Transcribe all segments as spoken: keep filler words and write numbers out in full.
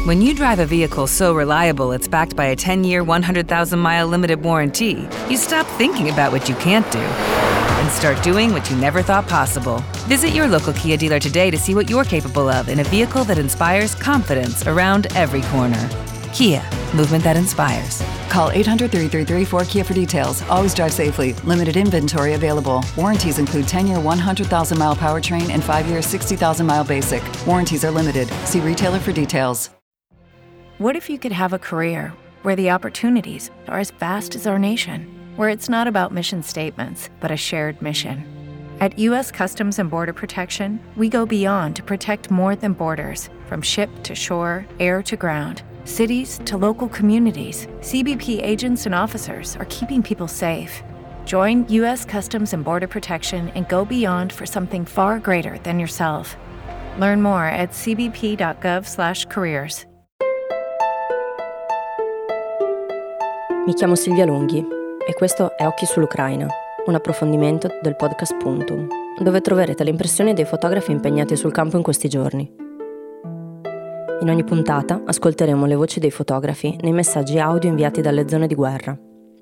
When you drive a vehicle so reliable it's backed by a ten-year, one hundred thousand mile limited warranty, you stop thinking about what you can't do and start doing what you never thought possible. Visit your local Kia dealer today to see what you're capable of in a vehicle that inspires confidence around every corner. Kia, movement that inspires. Call eight hundred, three three three, four Kia for details. Always drive safely. Limited inventory available. Warranties include ten-year, one hundred thousand mile powertrain and five-year, sixty thousand mile basic. Warranties are limited. See retailer for details. What if you could have a career where the opportunities are as vast as our nation, where it's not about mission statements, but a shared mission? At U S Customs and Border Protection, we go beyond to protect more than borders, from ship to shore, air to ground. Cities to local communities, C B P agents and officers are keeping people safe. Join U S Customs and Border Protection and go beyond for something far greater than yourself. Learn more at c b p dot gov slash careers. Mi chiamo Silvia Lunghi e questo è Occhi sull'Ucraina, un approfondimento del podcast Puntum, dove troverete le impressioni dei fotografi impegnati sul campo in questi giorni. In ogni puntata ascolteremo le voci dei fotografi nei messaggi audio inviati dalle zone di guerra.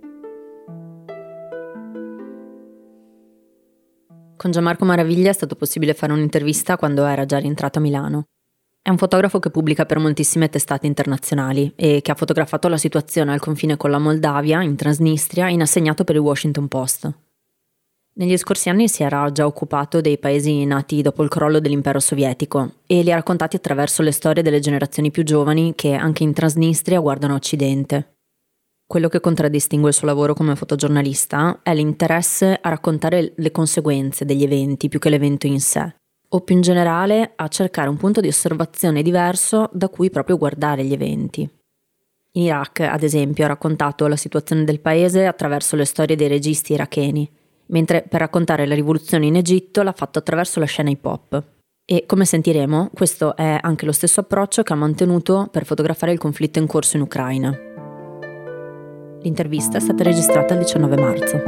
Con Gianmarco Maraviglia è stato possibile fare un'intervista quando era già rientrato a Milano. È un fotografo che pubblica per moltissime testate internazionali e che ha fotografato la situazione al confine con la Moldavia, in Transnistria, in assegnato per il Washington Post. Negli scorsi anni si era già occupato dei paesi nati dopo il crollo dell'impero sovietico e li ha raccontati attraverso le storie delle generazioni più giovani che anche in Transnistria guardano a Occidente. Quello che contraddistingue il suo lavoro come fotogiornalista è l'interesse a raccontare le conseguenze degli eventi più che l'evento in sé, o più in generale a cercare un punto di osservazione diverso da cui proprio guardare gli eventi. In Iraq, ad esempio, ha raccontato la situazione del paese attraverso le storie dei registi iracheni, mentre per raccontare la rivoluzione in Egitto l'ha fatto attraverso la scena hip hop. E come sentiremo, questo è anche lo stesso approccio che ha mantenuto per fotografare il conflitto in corso in Ucraina. L'intervista è stata registrata il diciannove marzo.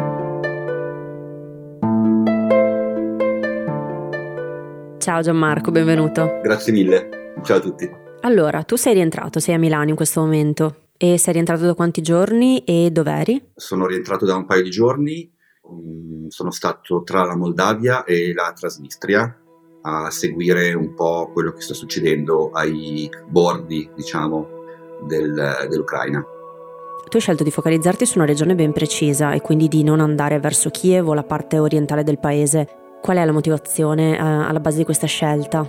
Ciao Gianmarco, benvenuto. Grazie mille, ciao a tutti. Allora, tu sei rientrato, sei a Milano in questo momento, e sei rientrato da quanti giorni e dov'eri? Sono rientrato da un paio di giorni. Sono stato tra la Moldavia e la Transnistria a seguire un po' quello che sta succedendo ai bordi, diciamo, del, dell'Ucraina. Tu hai scelto di focalizzarti su una regione ben precisa e quindi di non andare verso Kiev o la parte orientale del paese. Qual è la motivazione eh, alla base di questa scelta?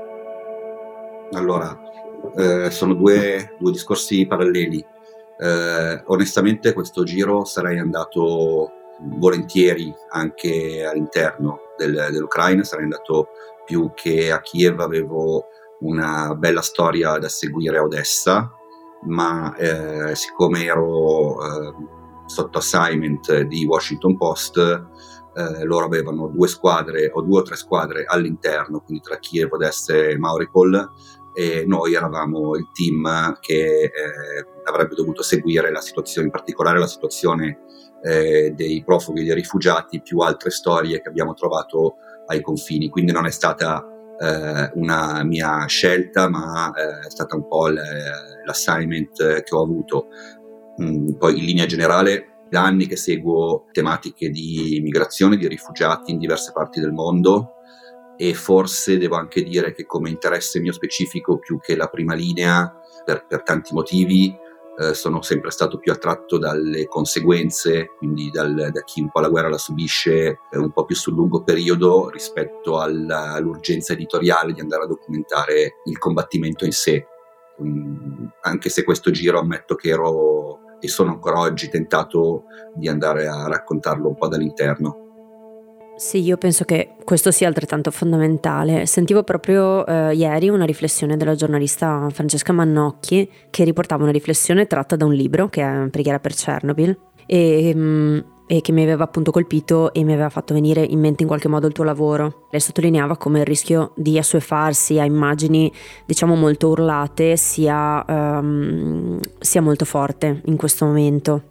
Allora, eh, sono due, due discorsi paralleli. Eh, onestamente questo giro sarei andato volentieri anche all'interno del, dell'Ucraina, sarei andato più che a Kiev, avevo una bella storia da seguire a Odessa, ma eh, siccome ero eh, sotto assignment di Washington Post, eh, loro avevano due squadre o due o tre squadre all'interno, quindi tra Kiev, Odessa e Mariupol, e noi eravamo il team che eh, avrebbe dovuto seguire la situazione, in particolare la situazione eh, dei profughi e dei rifugiati, più altre storie che abbiamo trovato ai confini. Quindi non è stata eh, una mia scelta, ma eh, è stata un po' l'assignment che ho avuto. Mm, poi in linea generale, da anni che seguo tematiche di migrazione, di rifugiati in diverse parti del mondo, e forse devo anche dire che come interesse mio specifico, più che la prima linea, per, per tanti motivi, eh, sono sempre stato più attratto dalle conseguenze, quindi dal, da chi un po' la guerra la subisce eh, un po' più sul lungo periodo, rispetto alla, all'urgenza editoriale di andare a documentare il combattimento in sé. Um, anche se questo giro ammetto che ero, e sono ancora oggi, tentato di andare a raccontarlo un po' dall'interno. Sì, io penso che questo sia altrettanto fondamentale. Sentivo proprio eh, ieri una riflessione della giornalista Francesca Mannocchi, che riportava una riflessione tratta da un libro che è Preghiera per Chernobyl e, mh, e che mi aveva appunto colpito e mi aveva fatto venire in mente in qualche modo il tuo lavoro. Lei sottolineava come il rischio di assuefarsi a immagini, diciamo, molto urlate sia, um, sia molto forte in questo momento.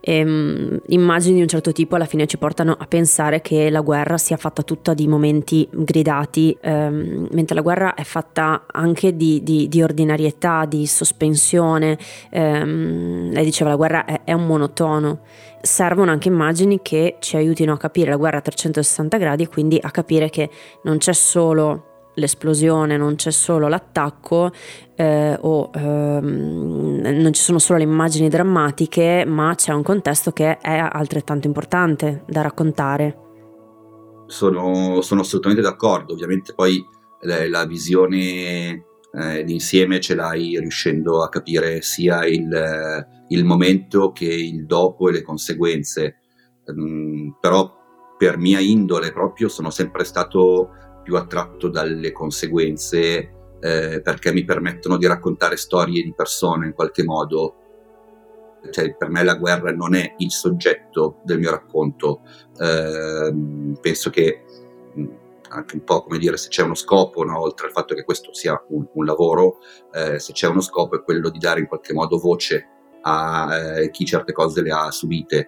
E, um, immagini di un certo tipo alla fine ci portano a pensare che la guerra sia fatta tutta di momenti gridati, um, mentre la guerra è fatta anche di, di, di ordinarietà, di sospensione. Um, lei diceva la guerra è, è un monotono. Servono anche immagini che ci aiutino a capire la guerra a trecentosessanta gradi e quindi a capire che non c'è solo l'esplosione, non c'è solo l'attacco eh, o ehm, non ci sono solo le immagini drammatiche, ma c'è un contesto che è altrettanto importante da raccontare. Sono, sono assolutamente d'accordo. Ovviamente poi la, la visione eh, d'insieme ce l'hai riuscendo a capire sia il, il momento che il dopo e le conseguenze, mm, però per mia indole proprio sono sempre stato più attratto dalle conseguenze, eh, perché mi permettono di raccontare storie di persone in qualche modo. Cioè, per me la guerra non è il soggetto del mio racconto. Eh, penso che anche un po' come dire, se c'è uno scopo, no? Oltre al fatto che questo sia un, un lavoro, eh, se c'è uno scopo è quello di dare in qualche modo voce a eh, chi certe cose le ha subite.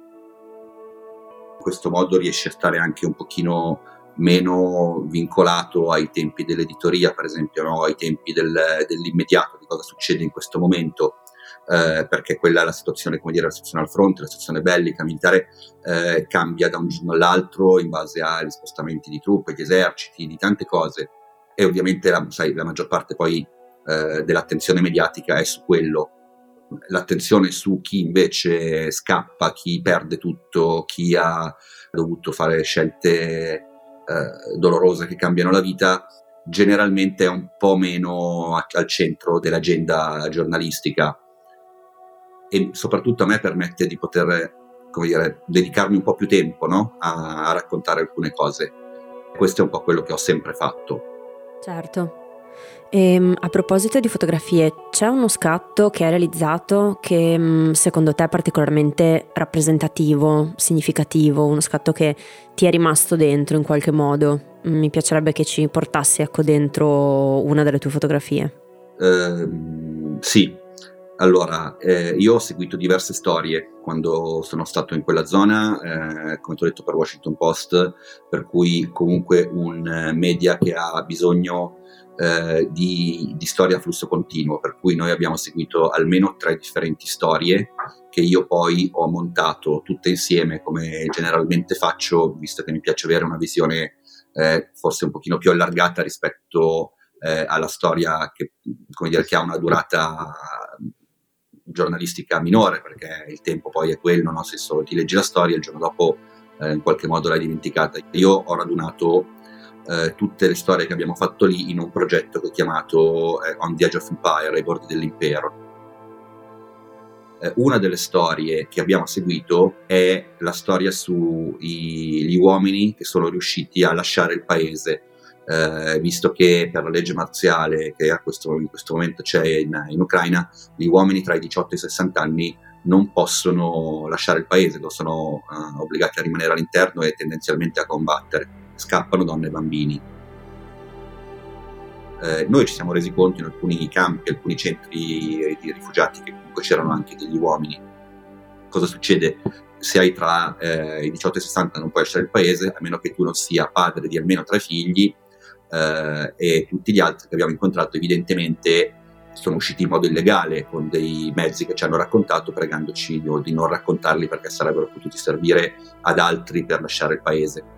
In questo modo riesce a stare anche un pochino meno vincolato ai tempi dell'editoria, per esempio, no? Ai tempi del, dell'immediato, di cosa succede in questo momento, eh, perché quella è la situazione, come dire, la situazione al fronte, la situazione bellica, militare, eh, cambia da un giorno all'altro in base agli spostamenti di truppe, di eserciti, di tante cose, e ovviamente la, sai, la maggior parte poi eh, dell'attenzione mediatica è su quello. L'attenzione su chi invece scappa, chi perde tutto, chi ha dovuto fare scelte Eh, dolorose che cambiano la vita, generalmente è un po' meno a, al centro dell'agenda giornalistica, e soprattutto a me permette di poter, come dire, dedicarmi un po' più tempo, no? a, a raccontare alcune cose. Questo è un po' quello che ho sempre fatto. Certo. E, a proposito di fotografie, c'è uno scatto che hai realizzato che secondo te è particolarmente rappresentativo, significativo, uno scatto che ti è rimasto dentro in qualche modo? Mi piacerebbe che ci portassi, ecco, dentro una delle tue fotografie. Uh, sì, allora eh, io ho seguito diverse storie quando sono stato in quella zona, eh, come ti ho detto, per Washington Post, per cui comunque un media che ha bisogno Eh, di, di storia a flusso continuo, per cui noi abbiamo seguito almeno tre differenti storie che io poi ho montato tutte insieme, come generalmente faccio, visto che mi piace avere una visione eh, forse un pochino più allargata rispetto eh, alla storia che, come dire, che ha una durata giornalistica minore, perché il tempo poi è quello, no? Se solo ti leggi la storia il giorno dopo eh, in qualche modo l'hai dimenticata. Io ho radunato Uh, tutte le storie che abbiamo fatto lì in un progetto che ho chiamato uh, On the Edge of Empire, ai bordi dell'impero. Uh, una delle storie che abbiamo seguito è la storia sugli uomini che sono riusciti a lasciare il paese, uh, visto che per la legge marziale che a questo, in questo momento c'è in, in Ucraina, gli uomini tra i diciotto e i sessanta anni non possono lasciare il paese, sono uh, obbligati a rimanere all'interno e tendenzialmente a combattere. Scappano donne e bambini. Eh, noi ci siamo resi conto in alcuni campi, alcuni centri di rifugiati, che comunque c'erano anche degli uomini. Cosa succede? Se hai tra eh, i diciotto e i sessanta non puoi lasciare il paese, a meno che tu non sia padre di almeno tre figli, eh, e tutti gli altri che abbiamo incontrato evidentemente sono usciti in modo illegale con dei mezzi che ci hanno raccontato, pregandoci di non raccontarli perché sarebbero potuti servire ad altri per lasciare il paese.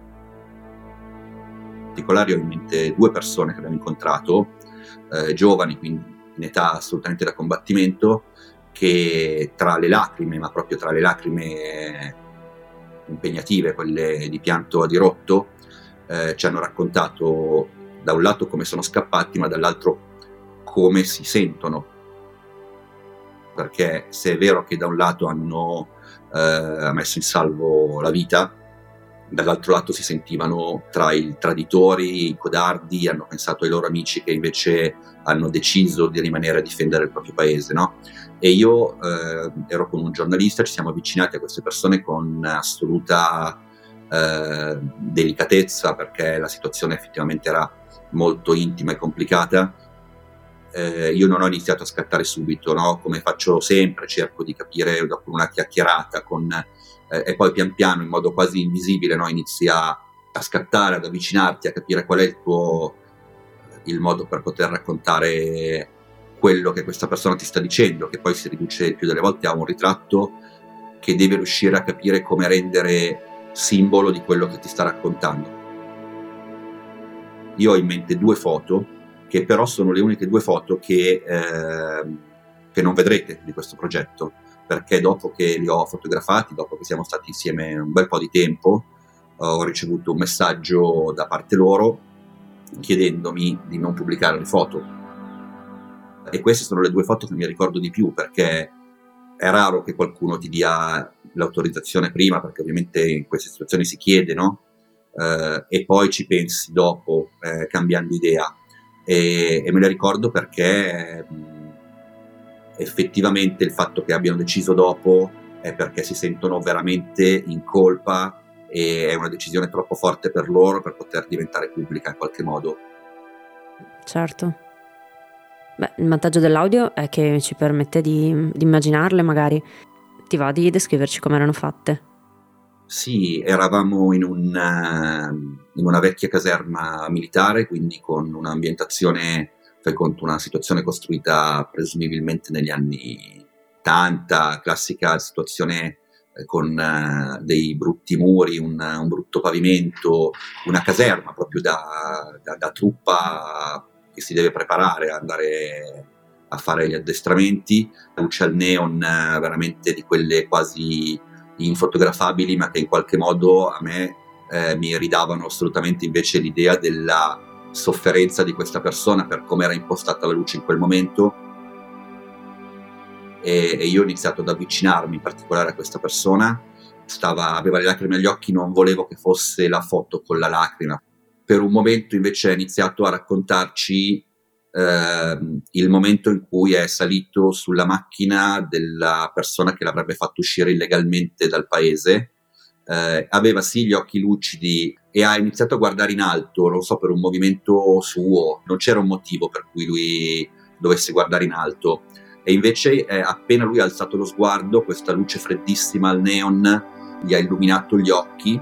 In particolare ho in mente due persone che abbiamo incontrato, eh, giovani, quindi in età assolutamente da combattimento, che tra le lacrime, ma proprio tra le lacrime impegnative, quelle di pianto a dirotto, eh, ci hanno raccontato da un lato come sono scappati, ma dall'altro come si sentono. Perché se è vero che da un lato hanno eh, messo in salvo la vita, dall'altro lato si sentivano tra i traditori, i codardi, hanno pensato ai loro amici che invece hanno deciso di rimanere a difendere il proprio paese, no? E io eh, ero con un giornalista, ci siamo avvicinati a queste persone con assoluta eh, delicatezza, perché la situazione effettivamente era molto intima e complicata, eh, io non ho iniziato a scattare subito, no? Come faccio sempre, cerco di capire dopo una chiacchierata con, eh, e poi pian piano, in modo quasi invisibile, no? Inizi a, a scattare, ad avvicinarti, a capire qual è il tuo il modo per poter raccontare quello che questa persona ti sta dicendo, che poi si riduce il più delle volte a un ritratto che deve riuscire a capire come rendere simbolo di quello che ti sta raccontando. Io ho in mente due foto, che però sono le uniche due foto che, eh, che non vedrete di questo progetto, perché dopo che li ho fotografati, dopo che siamo stati insieme un bel po' di tempo, ho ricevuto un messaggio da parte loro chiedendomi di non pubblicare le foto. E queste sono le due foto che mi ricordo di più, perché è raro che qualcuno ti dia l'autorizzazione prima, perché ovviamente in queste situazioni si chiede, no? Eh, e poi ci pensi dopo, eh, cambiando idea. E, e me le ricordo perché mh, effettivamente il fatto che abbiano deciso dopo è perché si sentono veramente in colpa e è una decisione troppo forte per loro per poter diventare pubblica in qualche modo. Certo. Beh, il vantaggio dell'audio è che ci permette di, di immaginarle magari. Ti va di descriverci come erano fatte? Sì, eravamo in, un, in una vecchia caserma militare, quindi con un'ambientazione, fai conto, una situazione costruita presumibilmente negli anni ottanta, classica situazione con uh, dei brutti muri, un, un brutto pavimento, una caserma proprio da, da, da truppa che si deve preparare ad andare a fare gli addestramenti, luce al neon uh, veramente di quelle quasi infotografabili, ma che in qualche modo a me eh, mi ridavano assolutamente invece l'idea della sofferenza di questa persona per come era impostata la luce in quel momento. E, e io ho iniziato ad avvicinarmi in particolare a questa persona, stava, aveva le lacrime agli occhi, non volevo che fosse la foto con la lacrima. Per un momento invece ha iniziato a raccontarci eh, il momento in cui è salito sulla macchina della persona che l'avrebbe fatto uscire illegalmente dal paese. Eh, aveva sì gli occhi lucidi e ha iniziato a guardare in alto, non so, per un movimento suo, non c'era un motivo per cui lui dovesse guardare in alto. E invece eh, appena lui ha alzato lo sguardo, questa luce freddissima al neon gli ha illuminato gli occhi.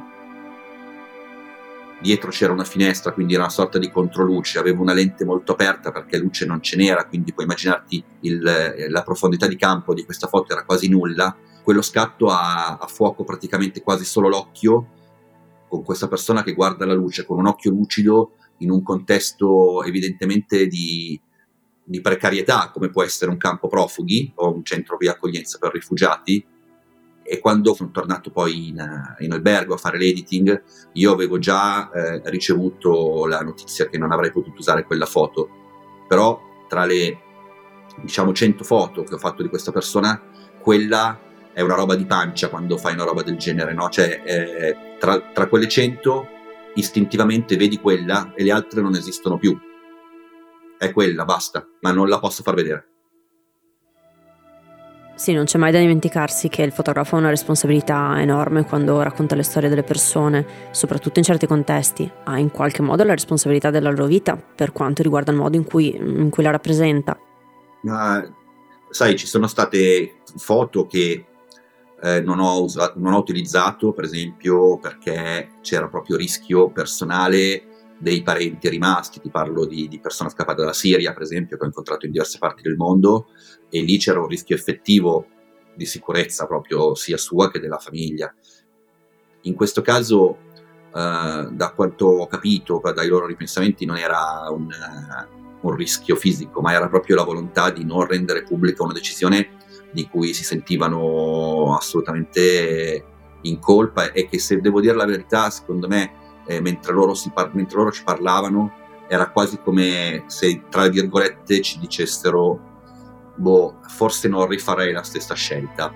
Dietro c'era una finestra, quindi era una sorta di controluce, aveva una lente molto aperta perché luce non ce n'era, quindi puoi immaginarti il, la profondità di campo di questa foto era quasi nulla. Quello scatto ha a fuoco praticamente quasi solo l'occhio, con questa persona che guarda la luce con un occhio lucido in un contesto evidentemente di di precarietà, come può essere un campo profughi o un centro di accoglienza per rifugiati. E quando sono tornato poi in, in albergo a fare l'editing, io avevo già eh, ricevuto la notizia che non avrei potuto usare quella foto, però tra le diciamo cento foto che ho fatto di questa persona, quella è una roba di pancia quando fai una roba del genere, no? Cioè eh, tra, tra quelle cento istintivamente vedi quella e le altre non esistono più. È quella, basta, ma non la posso far vedere. Sì, non c'è mai da dimenticarsi che il fotografo ha una responsabilità enorme quando racconta le storie delle persone, soprattutto in certi contesti. Ha in qualche modo la responsabilità della loro vita per quanto riguarda il modo in cui, in cui la rappresenta. Ma sai, ci sono state foto che eh, non ho usato, non ho utilizzato, per esempio, perché c'era proprio rischio personale dei parenti rimasti. Ti parlo di, di persone scappate dalla Siria, per esempio, che ho incontrato in diverse parti del mondo, e lì c'era un rischio effettivo di sicurezza proprio sia sua che della famiglia. In questo caso, eh, da quanto ho capito dai loro ripensamenti, non era un, un rischio fisico, ma era proprio la volontà di non rendere pubblica una decisione di cui si sentivano assolutamente in colpa, e che, se devo dire la verità, secondo me Eh, mentre, loro si par- mentre loro ci parlavano era quasi come se, tra virgolette, ci dicessero boh, forse non rifarei la stessa scelta.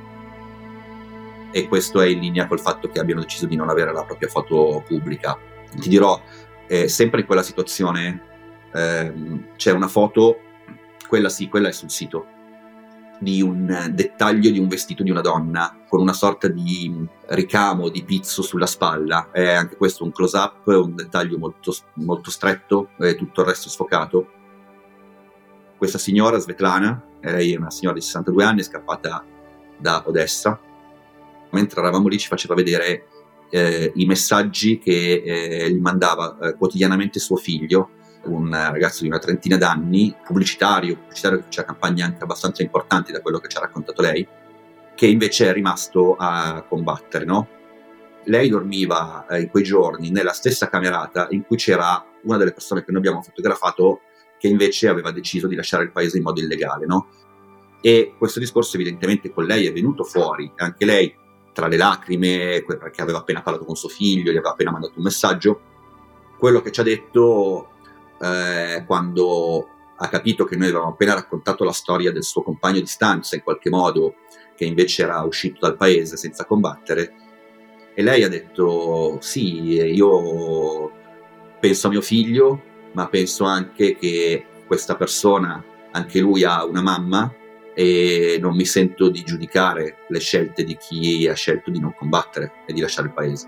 E questo è in linea col fatto che abbiano deciso di non avere la propria foto pubblica. Ti dirò, eh, sempre in quella situazione eh, c'è una foto, quella sì, quella è sul sito, di un dettaglio di un vestito di una donna con una sorta di ricamo di pizzo sulla spalla. È anche questo un close up, un dettaglio molto, molto stretto, e tutto il resto sfocato. questa signora Svetlana, lei è una signora di sessantadue anni, è scappata da Odessa. Mentre eravamo lì ci faceva vedere eh, i messaggi che eh, gli mandava eh, quotidianamente suo figlio, un ragazzo di una trentina d'anni, pubblicitario, pubblicitario che faceva campagne anche abbastanza importanti da quello che ci ha raccontato lei, che invece è rimasto a combattere, no? Lei dormiva eh, in quei giorni nella stessa camerata in cui c'era una delle persone che noi abbiamo fotografato, che invece aveva deciso di lasciare il paese in modo illegale, no? E questo discorso evidentemente con lei è venuto fuori, anche lei tra le lacrime, perché aveva appena parlato con suo figlio, gli aveva appena mandato un messaggio. Quello che ci ha detto eh, quando ha capito che noi avevamo appena raccontato la storia del suo compagno di stanza, in qualche modo, che invece era uscito dal paese senza combattere, e lei ha detto: sì, io penso a mio figlio, ma penso anche che questa persona, anche lui ha una mamma, e non mi sento di giudicare le scelte di chi ha scelto di non combattere e di lasciare il paese.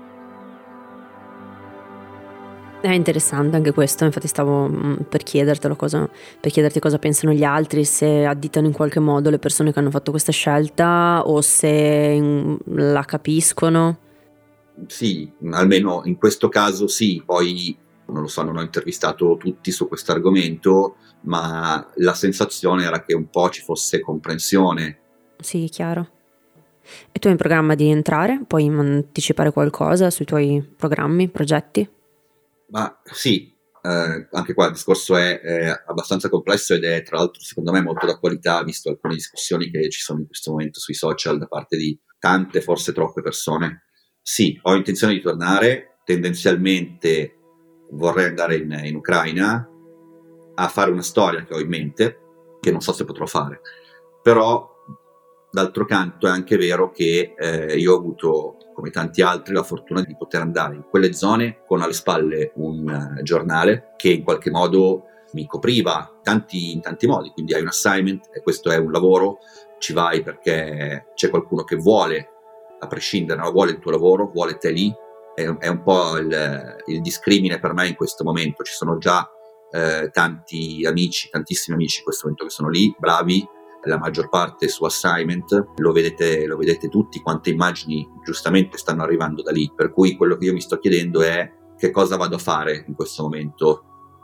È interessante anche questo, infatti stavo mh, per chiedertelo cosa, per chiederti cosa pensano gli altri, se additano in qualche modo le persone che hanno fatto questa scelta o se mh, la capiscono. Sì, almeno in questo caso sì, poi non lo so, non ho intervistato tutti su questo argomento, ma la sensazione era che un po' ci fosse comprensione. Sì, chiaro. E tu hai in programma di entrare? Puoi anticipare qualcosa sui tuoi programmi, progetti? Ma sì, eh, anche qua il discorso è, è abbastanza complesso ed è tra l'altro secondo me molto d'attualità, visto alcune discussioni che ci sono in questo momento sui social da parte di tante, forse troppe persone. Sì, ho intenzione di tornare, tendenzialmente vorrei andare in, in Ucraina a fare una storia che ho in mente, che non so se potrò fare, però d'altro canto è anche vero che eh, io ho avuto, come tanti altri, la fortuna di poter andare in quelle zone con alle spalle un uh, giornale che in qualche modo mi copriva tanti, in tanti modi, quindi hai un assignment e questo è un lavoro, ci vai perché c'è qualcuno che vuole, a prescindere, no? Vuole il tuo lavoro, vuole te lì, è, è un po' il, il discrimine per me in questo momento. Ci sono già eh, tanti amici, tantissimi amici in questo momento che sono lì, bravi, la maggior parte su assignment, lo vedete, lo vedete tutti quante immagini giustamente stanno arrivando da lì, per cui quello che io mi sto chiedendo è che cosa vado a fare in questo momento.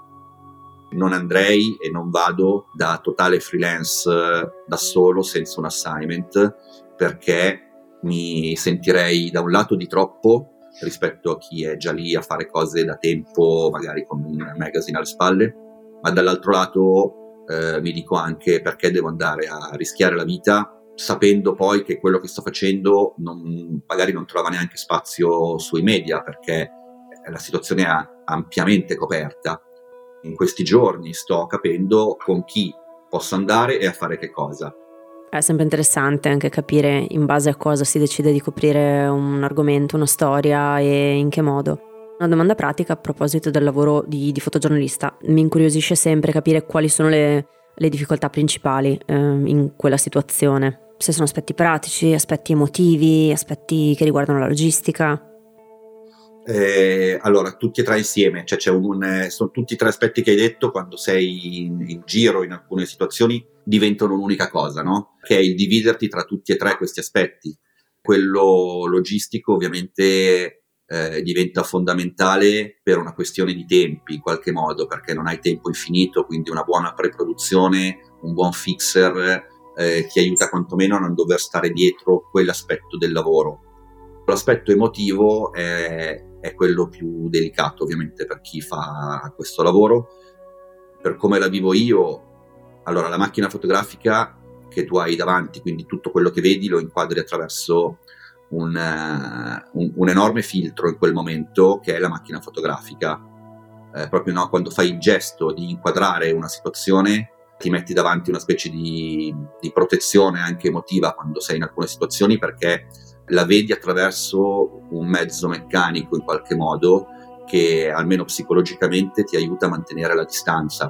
Non andrei e non vado da totale freelance da solo senza un assignment, perché mi sentirei da un lato di troppo rispetto a chi è già lì a fare cose da tempo, magari con un magazine alle spalle, ma dall'altro lato Eh, mi dico anche perché devo andare a rischiare la vita sapendo poi che quello che sto facendo non, magari non trova neanche spazio sui media, perché la situazione è ampiamente coperta. In questi giorni sto capendo con chi posso andare e a fare che cosa. È sempre interessante anche capire in base a cosa si decide di coprire un argomento, una storia e in che modo. Una domanda pratica a proposito del lavoro di, di fotogiornalista. Mi incuriosisce sempre capire quali sono le, le difficoltà principali eh, in quella situazione. Se sono aspetti pratici, aspetti emotivi, aspetti che riguardano la logistica. Eh, allora, tutti e tre insieme, cioè c'è un, un, sono tutti e tre aspetti che hai detto. Quando sei in, in giro in alcune situazioni diventano un'unica cosa, no? Che è il dividerti tra tutti e tre questi aspetti. Quello logistico ovviamente Eh, diventa fondamentale per una questione di tempi in qualche modo, perché non hai tempo infinito, quindi una buona pre-produzione, un buon fixer eh, ti aiuta quantomeno a non dover stare dietro quell'aspetto del lavoro. L'aspetto emotivo è, è quello più delicato ovviamente per chi fa questo lavoro. Per come la vivo io, allora la macchina fotografica che tu hai davanti, quindi tutto quello che vedi lo inquadri attraverso Un, uh, un, un enorme filtro in quel momento che è la macchina fotografica. Eh, proprio no, quando fai il gesto di inquadrare una situazione ti metti davanti una specie di, di protezione anche emotiva quando sei in alcune situazioni, perché la vedi attraverso un mezzo meccanico in qualche modo che almeno psicologicamente ti aiuta a mantenere la distanza.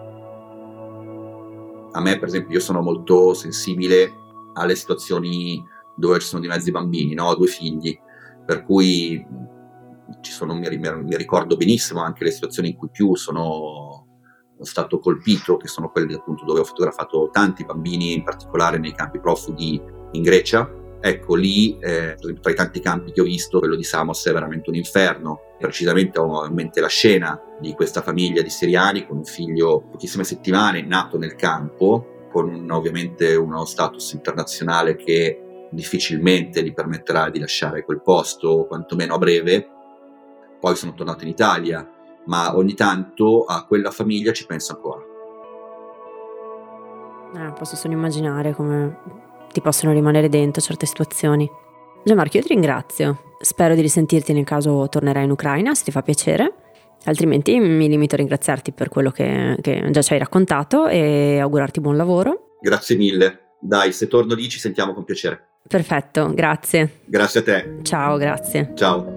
A me per esempio, io sono molto sensibile alle situazioni dove ci sono di mezzi bambini, no? Ho due figli, per cui ci sono, mi, mi ricordo benissimo anche le situazioni in cui più sono stato colpito, che sono quelli appunto dove ho fotografato tanti bambini, in particolare nei campi profughi in Grecia. Ecco, lì, eh, tra i tanti campi che ho visto, quello di Samos è veramente un inferno. Precisamente ho in mente la scena di questa famiglia di siriani con un figlio pochissime settimane, nato nel campo, con un, ovviamente uno status internazionale che difficilmente gli permetterà di lasciare quel posto, quantomeno a breve. Poi sono tornato in Italia, ma ogni tanto a quella famiglia ci penso ancora. Eh, posso solo immaginare come ti possono rimanere dentro certe situazioni. Gianmarco, io ti ringrazio. Spero di risentirti nel caso tornerai in Ucraina, se ti fa piacere. Altrimenti mi limito a ringraziarti per quello che, che già ci hai raccontato e augurarti buon lavoro. Grazie mille. Dai, se torno lì ci sentiamo con piacere. Perfetto, grazie. Grazie a te. Ciao, grazie. Ciao.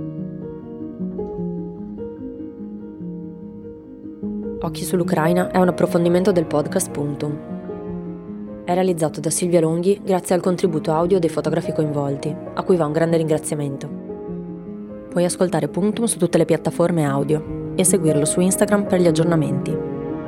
Occhi sull'Ucraina è un approfondimento del podcast Puntum. È realizzato da Silvia Longhi grazie al contributo audio dei fotografi coinvolti, a cui va un grande ringraziamento. Puoi ascoltare Punctum su tutte le piattaforme audio e seguirlo su Instagram per gli aggiornamenti.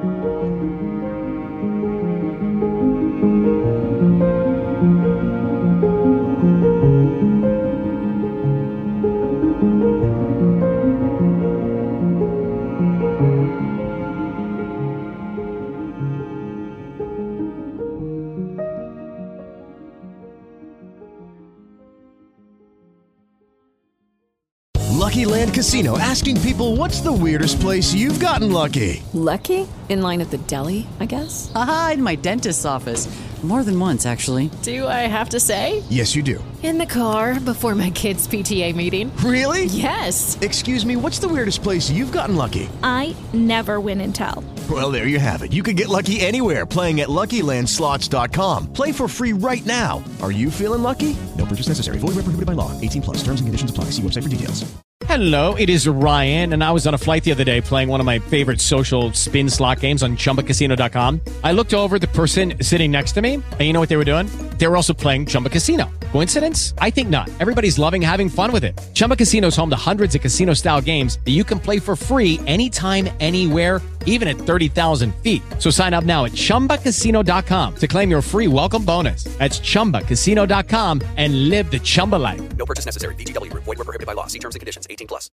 Lucky Land Casino, asking people, what's the weirdest place you've gotten lucky? Lucky? In line at the deli, I guess? Aha, in my dentist's office. More than once, actually. Do I have to say? Yes, you do. In the car before my kids' P T A meeting. Really? Yes. Excuse me, what's the weirdest place you've gotten lucky? I never win and tell. Well, there you have it. You can get lucky anywhere, playing at Lucky Land Slots dot com. Play for free right now. Are you feeling lucky? No purchase necessary. Void where prohibited by law. eighteen plus. Terms and conditions apply. See website for details. Hello, it is Ryan, and I was on a flight the other day playing one of my favorite social spin slot games on Chumba Casino dot com. I looked over at the person sitting next to me, and you know what they were doing? They were also playing Chumba Casino. Coincidence? I think not. Everybody's loving having fun with it. Chumba Casino is home to hundreds of casino-style games that you can play for free anytime, anywhere, even at thirty thousand feet. So sign up now at Chumba Casino dot com to claim your free welcome bonus. That's Chumba Casino dot com and live the Chumba life. No purchase necessary. V G W. Void where prohibited by law. See terms and conditions. eighteen plus.